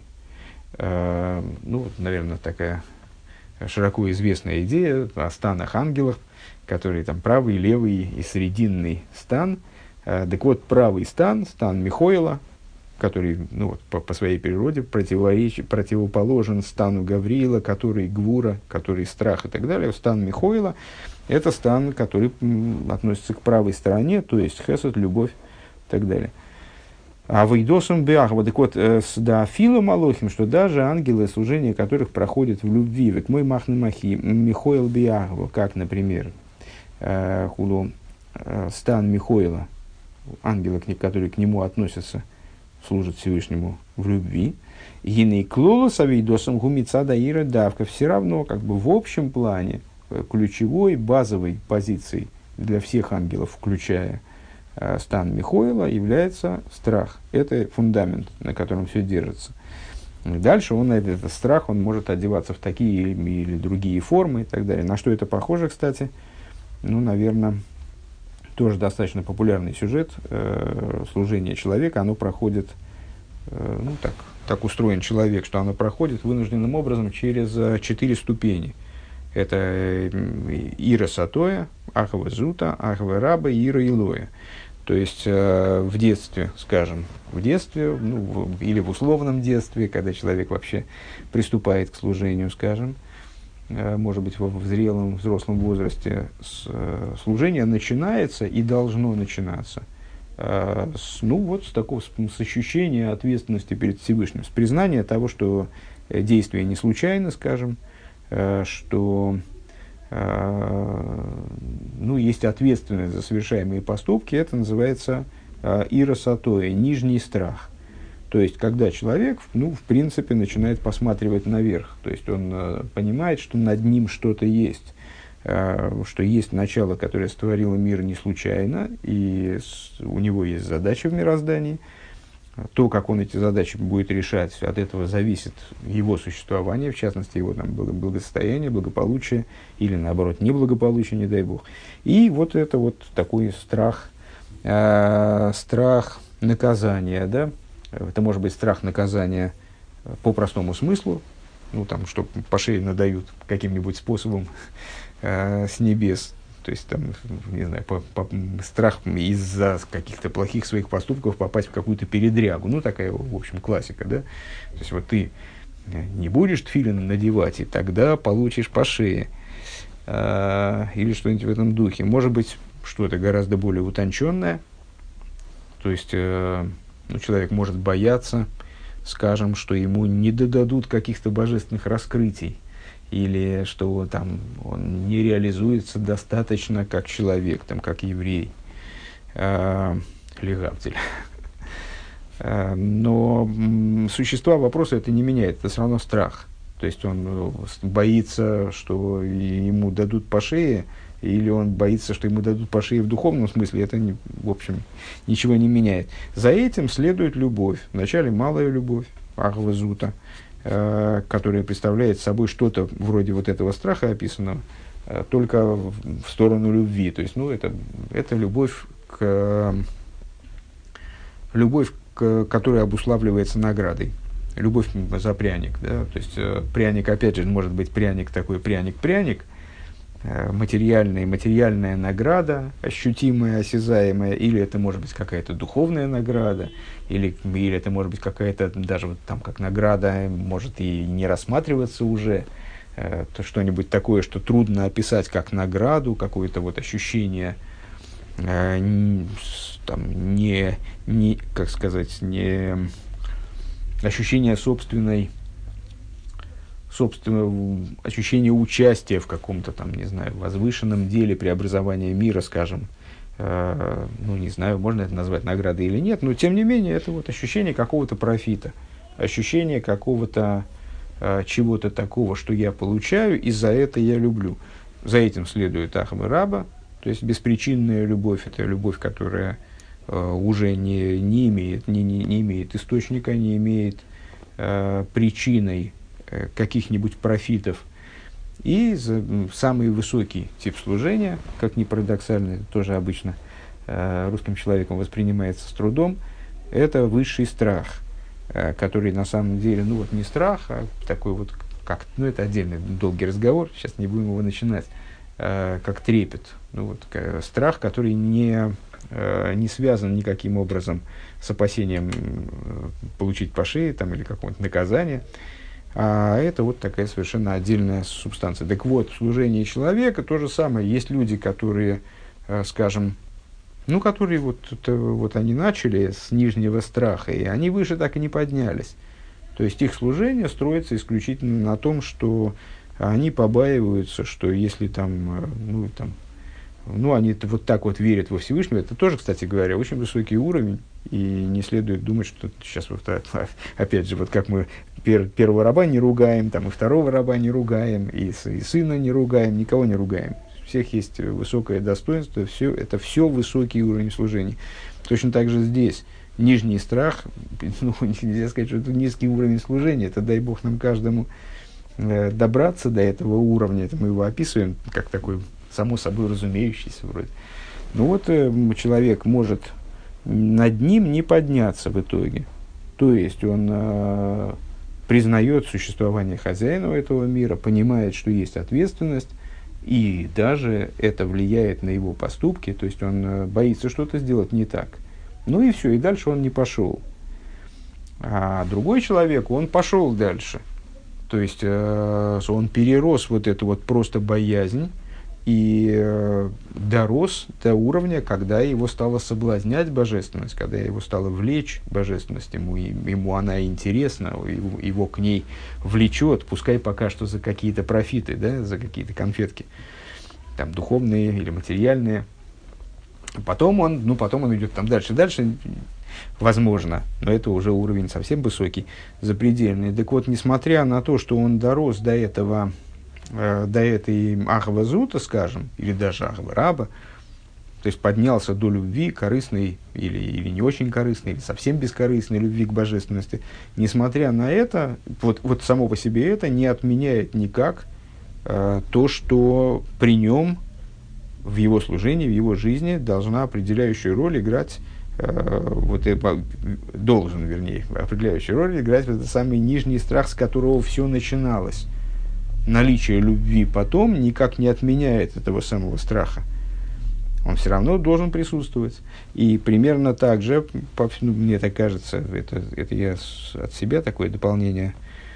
A: Ну, наверное, такая широко известная идея о станах ангелов, которые там правый, левый и срединный стан. Так вот, правый стан, стан Михоэла, который, ну, вот, по своей природе противоположен стану Гавриила, который Гвура, который страх и так далее. Стан Михоэла – это стан, который относится к правой стороне, то есть хесед, любовь и так далее. А вейдосом беахва, так вот, с дафилом алохим, что даже ангелы, служение которых проходит в любви, век мой махны махи, Михоэл беахва, как, например, хулу стан Михоэла, ангелы, которые к нему относятся, служат Всевышнему в любви. Гиней клолу савейдосом гумица даира давка. Все равно, как бы в общем плане, ключевой, базовой позицией для всех ангелов, включая стан Михоэла, является страх. Это фундамент, на котором все держится. И дальше этот страх, он может одеваться в такие или другие формы и так далее. На что это похоже, кстати? Ну, наверное, тоже достаточно популярный сюжет служения человека. Оно проходит, ну, так устроен человек, что оно проходит вынужденным образом через 4 ступени. Это Ира Сатоя, Ахава Зута, Ахава Раба, Ира Илоя. То есть в детстве, скажем, ну, или в условном детстве, когда человек вообще приступает к служению, скажем, может быть, в зрелом, взрослом возрасте, служение начинается и должно начинаться ну, вот с ощущения ответственности перед Всевышним, с признания того, что действие не случайно, скажем, что ну, есть ответственность за совершаемые поступки. Это называется ира сатоя, нижний страх. То есть, когда человек, ну, в принципе, начинает посматривать наверх, то есть он понимает, что над ним что-то есть, что есть начало, которое створило мир не случайно, и у него есть задача в мироздании. То, как он эти задачи будет решать, от этого зависит его существование, в частности, его там, благосостояние, благополучие, или, наоборот, неблагополучие, не дай бог. И вот это вот такой страх, страх наказания, да? Это может быть страх наказания по простому смыслу, ну, там, что по шее надают каким-нибудь способом с небес. То есть, там, не знаю, страх из-за каких-то плохих своих поступков попасть в какую-то передрягу. Ну, такая, в общем, классика, да? То есть, вот ты не будешь тфилин надевать, и тогда получишь по шее. Или что-нибудь в этом духе. Может быть, что-то гораздо более утонченное. То есть, ну, человек может бояться, скажем, что ему не додадут каких-то божественных раскрытий. Или что там, он не реализуется достаточно как человек, там, как еврей, легавдель. Но существа вопроса это не меняет, это все равно страх. То есть он боится, что ему дадут по шее, или он боится, что ему дадут по шее в духовном смысле, это, в общем, ничего не меняет. За этим следует любовь. Вначале малая любовь, ахва зута, которая представляет собой что-то вроде вот этого страха описанного, только в сторону любви. То есть, ну, это любовь, которая обуславливается наградой. Любовь за пряник. Да? То есть, пряник, опять же, может быть пряник такой, пряник-пряник, материальная награда, ощутимая, осязаемая, или это может быть какая-то духовная награда, или это может быть какая-то, даже вот там как награда, может и не рассматриваться уже, то что-нибудь такое, что трудно описать как награду, какое-то вот ощущение, там, как сказать, не ощущение ощущение участия в каком-то там, не знаю, возвышенном деле преобразования мира, скажем. Ну, не знаю, можно это назвать наградой или нет, но тем не менее, это вот ощущение какого-то профита, ощущение какого-то чего-то такого, что я получаю, и за это я люблю. За этим следует Ахава Раба, то есть беспричинная любовь, это любовь, которая уже не имеет источника, не имеет причиной каких-нибудь профитов. И самый высокий тип служения, как ни парадоксально, это тоже обычно русским человеком воспринимается с трудом, это высший страх, который на самом деле, ну вот не страх, а такой вот, как, ну это отдельный долгий разговор, сейчас не будем его начинать, как трепет. Ну вот, страх, который не связан никаким образом с опасением получить по шее там, или какого-нибудь наказания, а это вот такая совершенно отдельная субстанция. Так вот, в служении человека то же самое. Есть люди, которые, скажем, ну, которые вот они начали с нижнего страха, и они выше так и не поднялись. То есть их служение строится исключительно на том, что они побаиваются, что если там, они вот так вот верят во Всевышнего, это тоже, кстати говоря, очень высокий уровень, и не следует думать, что сейчас вот опять же, вот как мы первого раба не ругаем, там и второго раба не ругаем, и сына не ругаем, никого не ругаем. У всех есть высокое достоинство, это все высокий уровень служения. Точно так же здесь нижний страх, ну, нельзя сказать, что это низкий уровень служения, это дай Бог нам каждому добраться до этого уровня, это мы его описываем как такой само собой разумеющийся вроде. Ну вот человек может над ним не подняться в итоге. То есть он признает существование хозяина этого мира, понимает, что есть ответственность, и даже это влияет на его поступки, то есть он боится что-то сделать не так. Ну и все, и дальше он не пошел. А другой человек, он пошел дальше. То есть он перерос вот эту вот просто боязнь и дорос до уровня, когда его стало соблазнять божественность, когда его стало влечь божественность, ему она интересна, его к ней влечет, пускай пока что за какие-то профиты, да, за какие-то конфетки, там, духовные или материальные. Потом он идет там дальше, возможно, но это уже уровень совсем высокий, запредельный. Так вот, несмотря на то, что он дорос до этой Ахава Зута, скажем, или даже Ахава Раба, то есть поднялся до любви, корыстной или не очень корыстной, или совсем бескорыстной любви к божественности, несмотря на это, вот само по себе это не отменяет никак то, что при нем, в его служении, в его жизни должна определяющую роль играть, определяющую роль играть этот самый нижний страх, с которого все начиналось. Наличие любви потом никак не отменяет этого самого страха. Он все равно должен присутствовать. И примерно так же, мне так кажется, это я от себя такое дополнение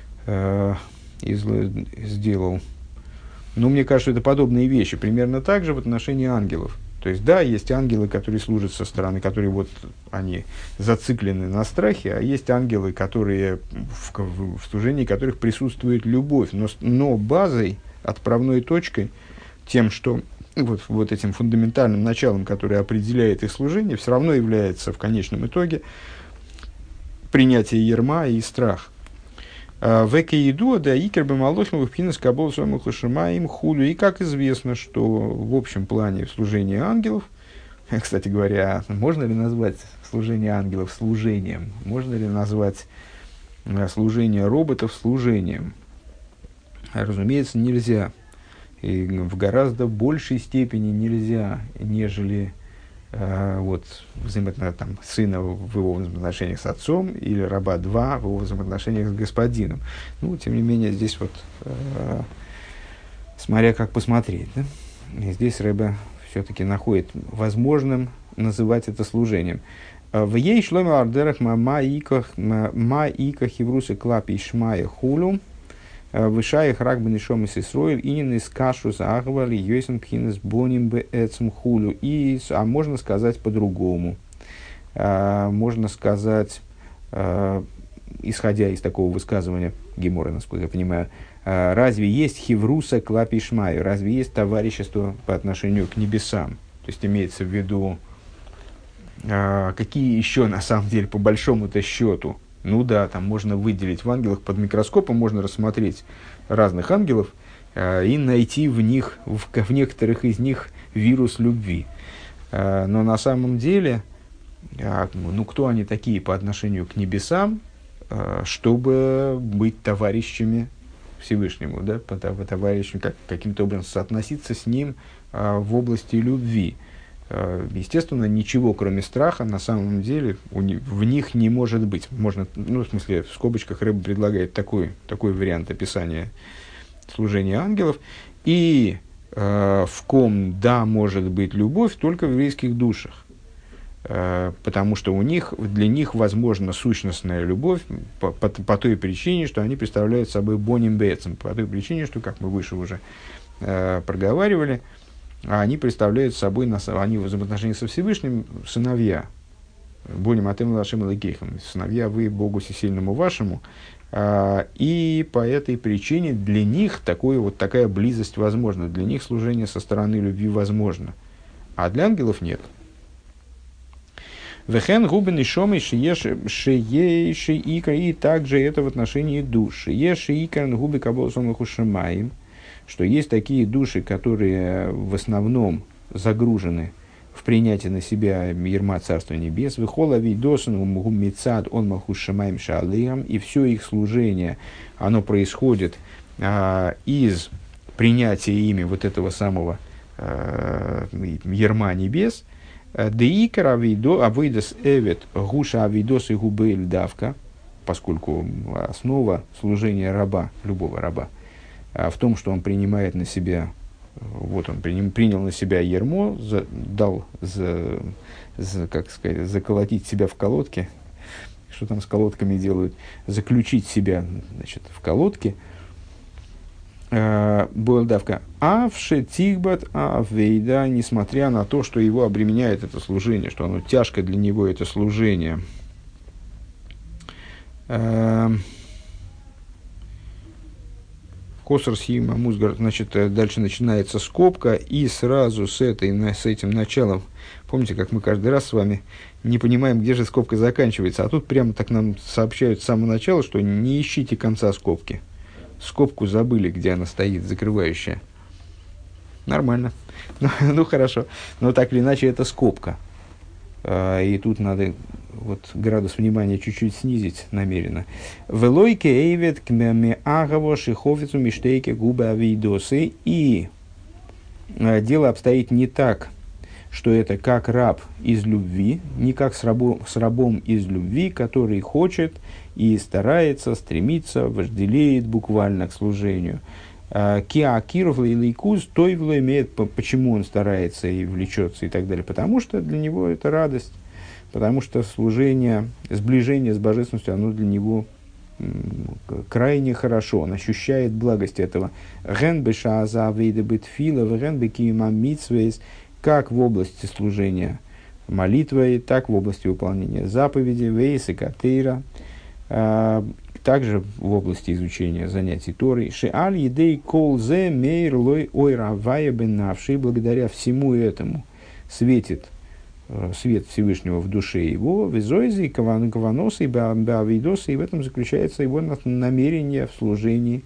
A: сделал. Но мне кажется, это подобные вещи. Примерно так же в отношении ангелов. То есть, да, есть ангелы, которые служат со стороны, которые вот они зациклены на страхе, а есть ангелы, которые в служении которых присутствует любовь, но базой, отправной точкой, тем, что вот этим фундаментальным началом, которое определяет их служение, все равно является в конечном итоге принятие ярма и страх. Векеиду, да, икер бемалохим впинес кабол сомы хушимаим худу. И как известно, что в общем плане в служении ангелов, кстати говоря, можно ли назвать служение ангелов служением? Можно ли назвать служение роботов служением? Разумеется, нельзя. И в гораздо большей степени нельзя, нежели взаимоотношения сына в его взаимоотношениях с отцом или раба 2 в его взаимоотношениях с господином. Ну, тем не менее, здесь смотря как посмотреть, да? И здесь Ребе все-таки находит возможным называть это служением. В ей шломе ардерах ма ика хиврусы клапи шмая хулю вышаях рак бенешом и сисроиль инин из кашус ахвали йосен пхинес боним бе эцм хулю. А можно сказать по-другому. Можно сказать, исходя из такого высказывания Гемора, насколько я понимаю, разве есть хивруса клапи шмаю, разве есть товарищество по отношению к небесам? То есть имеется в виду, какие еще на самом деле по большому-то счету, ну да, там можно выделить в ангелах, под микроскопом можно рассмотреть разных ангелов и найти в них, в некоторых из них вирус любви. Но на самом деле, ну кто они такие по отношению к небесам, чтобы быть товарищами Всевышнему, да, товарищем, каким-то образом соотноситься с ним в области любви. Естественно, ничего, кроме страха, на самом деле в них не может быть. Можно, ну, в смысле, в скобочках Рэб предлагает такой вариант описания служения ангелов. И в ком, да, может быть любовь, только в еврейских душах. Потому что для них возможна сущностная любовь по той причине, что они представляют собой боним бецем, по той причине, что, как мы выше уже проговаривали, они представляют собой, они в взаимоотношении со Всевышним сыновья, боним атем лашем элокейхем, сыновья вы Богу всесильному вашему, и по этой причине для них такая близость возможна, для них служение со стороны любви возможно, а для ангелов нет. Вехен губен и шомы шееши икр, и также это в отношении душ. Шееши икр губы каболсом хушамаим, что есть такие души, которые в основном загружены в принятие на себя ярма Царства Небес. Вехола видосан гуммицад он махушамаим шаалеям, и все их служение, оно происходит из принятия ими вот этого самого ярма небес. Деикар авидос эвет гуша авидос и губейль давка, поскольку основа служения раба, любого раба, в том, что он принимает на себя, вот он принял на себя ярмо, дал, как сказать, заколотить себя в колодке, что там с колодками делают, заключить себя, значит, в колодке, Бойлдавка. Авше тигбат авейда, несмотря на то, что его обременяет это служение, что оно тяжко для него, это служение. Косар сима музгар, значит, дальше начинается скобка, и сразу с этим началом, помните, как мы каждый раз с вами не понимаем, где же скобка заканчивается, а тут прямо так нам сообщают с самого начала, что не ищите конца скобки. Скобку забыли, где она стоит, закрывающая. Нормально. Ну, хорошо. Но так или иначе, это скобка. И тут надо градус внимания чуть-чуть снизить намеренно. Велойке эйвет кмеме агаво шиховицу миштейке губы авидосы. И дело обстоит не так, что это как раб из любви, не как с рабом из любви, который хочет и старается, стремится, вожделеет буквально к служению. Киакиров или куз, то имеет, почему он старается и влечется и так далее. Потому что для него это радость, потому что служение, сближение с божественностью, оно для него крайне хорошо, он ощущает благость этого. Как в области служения молитвой, так в области выполнения заповедей, вейсы катейра, также в области изучения занятий Торой. Шеаль едей колзе мейр лой ойравая бенавший, благодаря всему этому светит свет Всевышнего в душе его, визойзи, каваносы и баавидосы, и в этом заключается его намерение в служении.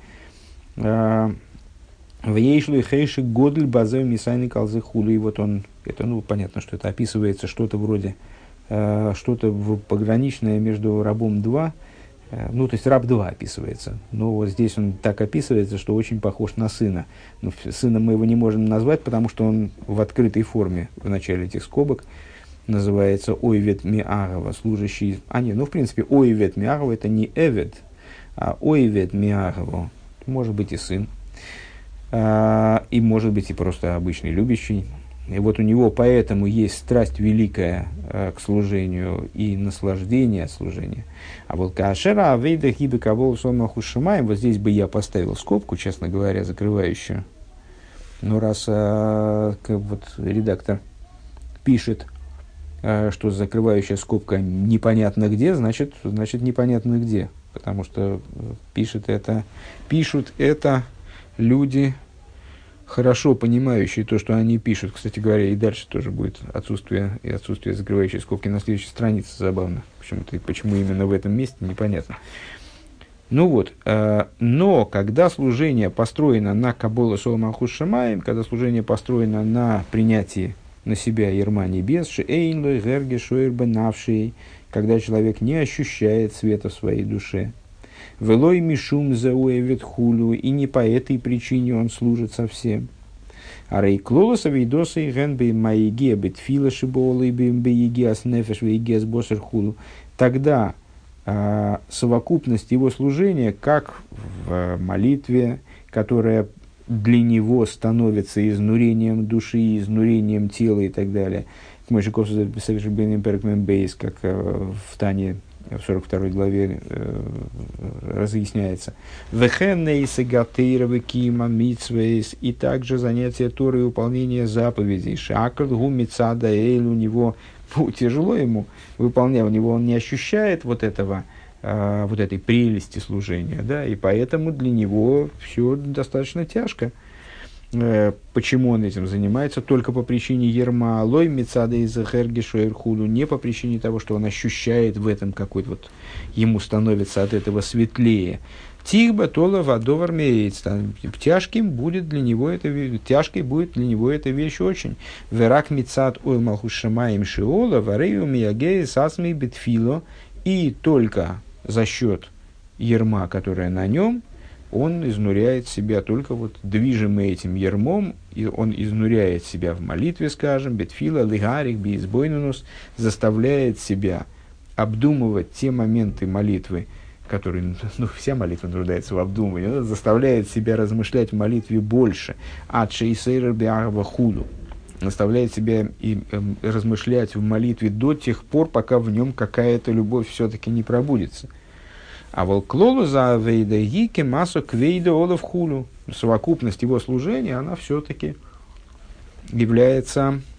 A: В ейшлу хейши годль базев мисайны калзы хули. И вот он, это, ну, понятно, что это описывается что-то вроде, что-то пограничное между рабом 2, ну, то есть раб 2 описывается. Но вот здесь он так описывается, что очень похож на сына. Но сыном мы его не можем назвать, потому что он в открытой форме в начале этих скобок называется ойвет миарова, служащий. В принципе, ойвет миарова это не эвет, а ойвет миарова. Может быть и сын. И может быть и просто обычный любящий. И вот у него поэтому есть страсть великая к служению и наслаждение от служения. А вот кашера авейда хибе кавол сомаху шимаем, вот здесь бы я поставил скобку, честно говоря, закрывающую. Но раз вот редактор пишет что закрывающая скобка непонятно где, значит непонятно где. Потому что пишут это люди, хорошо понимающие то, что они пишут. Кстати говоря, и дальше тоже будет отсутствие закрывающей скобки на следующей странице. Забавно. Почему именно в этом месте, непонятно. Ну вот, но когда служение построено на Кабола Сол Малхус Шамаим, когда служение построено на принятии на себя ярма небес, шеэйн герге шоэр бенавший, когда человек не ощущает света в своей душе, велой мишум зауэвет хулю, и не по этой причине он служит совсем. А рейклолоса вейдоса и генбе маиге бетфила шиболы бейге аснефеш вейге сбосер хулю, тогда совокупность его служения, как в молитве, которая для него становится изнурением души, изнурением тела и так далее. Как в Тане в 42 главе разъясняется. И также занятие Торы и выполнение заповедей. У него тяжело ему выполнять, у него он не ощущает вот этой прелести служения, да, и поэтому для него все достаточно тяжко. Почему он этим занимается? Только по причине ерма алой мецада из хергишуэрхуду, не по причине того, что он ощущает в этом какой-то вот, ему становится от этого светлее. Тихба тола вадовар меется. Тяжкой будет для него эта вещь очень. Верак мецад ойл малхушамаем шиола варею миягея сасми битфило. И только за счет ерма, которая на нем, он изнуряет себя, только вот движимый этим ермом, и он изнуряет себя в молитве, скажем, бетфила, лигарик, биизбойнунус, заставляет себя обдумывать те моменты молитвы, которые, вся молитва нуждается в обдумывании, он заставляет себя размышлять в молитве больше, ад шейсейр биарва худу, заставляет себя размышлять в молитве до тех пор, пока в нем какая-то любовь все-таки не пробудится. А волклолу за вейда гики массу квейда олов хулю. Совокупность его служения, она все-таки является,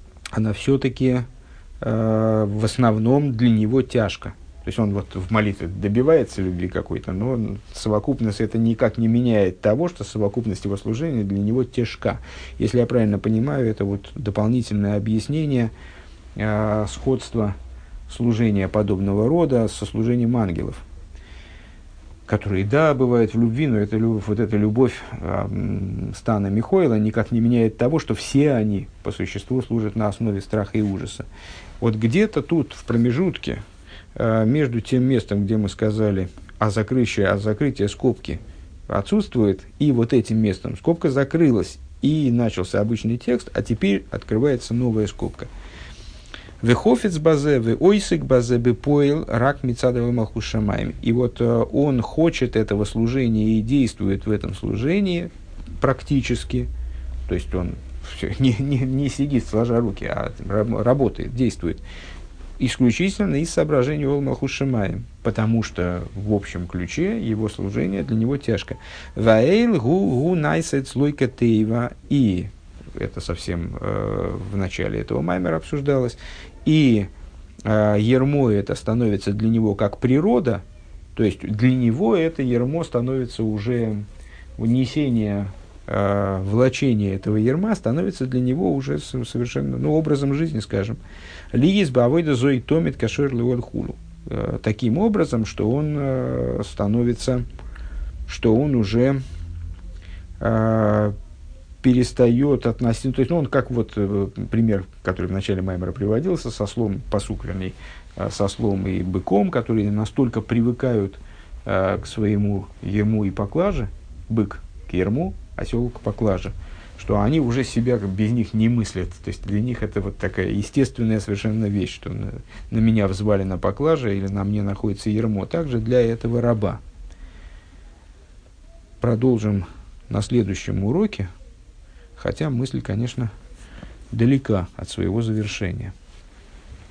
A: в основном для него тяжко. То есть он вот в молитве добивается любви какой-то, но совокупность это никак не меняет того, что совокупность его служения для него тяжка. Если я правильно понимаю, это вот дополнительное объяснение сходства служения подобного рода со служением ангелов, которые, да, бывают в любви, но эта любовь стана Михоэла никак не меняет того, что все они по существу служат на основе страха и ужаса. Вот где-то тут, в промежутке, между тем местом, где мы сказали о закрытии скобки отсутствует, и вот этим местом скобка закрылась, и начался обычный текст, а теперь открывается новая скобка. Вехофец базе, веойсик базе бепоил, рак мицадовый малхушамаем. И вот он хочет этого служения и действует в этом служении практически, то есть он не сидит сложа руки, а работает, действует исключительно из соображений Ол Малхус Шамаим, потому что в общем ключе его служение для него тяжко. Ваэйл гу найсет слойка тейва, и это совсем в начале этого маймера обсуждалось, и ермо это становится для него как природа, то есть для него это ермо становится уже несение, влачение этого ерма становится для него уже совершенно образом жизни, скажем. Лиис бавойда зои томит кашер леон хулу. Таким образом, что он становится, что он уже перестает относиться, то есть, он как вот пример, который в начале маймера приводился, со слом, пасук, вернее, со слом и быком, которые настолько привыкают к своему ерму и поклаже, бык к ерму, осел к поклаже, что они уже себя без них не мыслят. То есть для них это вот такая естественная совершенно вещь, что на меня взвалена поклажа или на мне находится ермо. Также для этого раба. Продолжим на следующем уроке, хотя мысль, конечно, далека от своего завершения.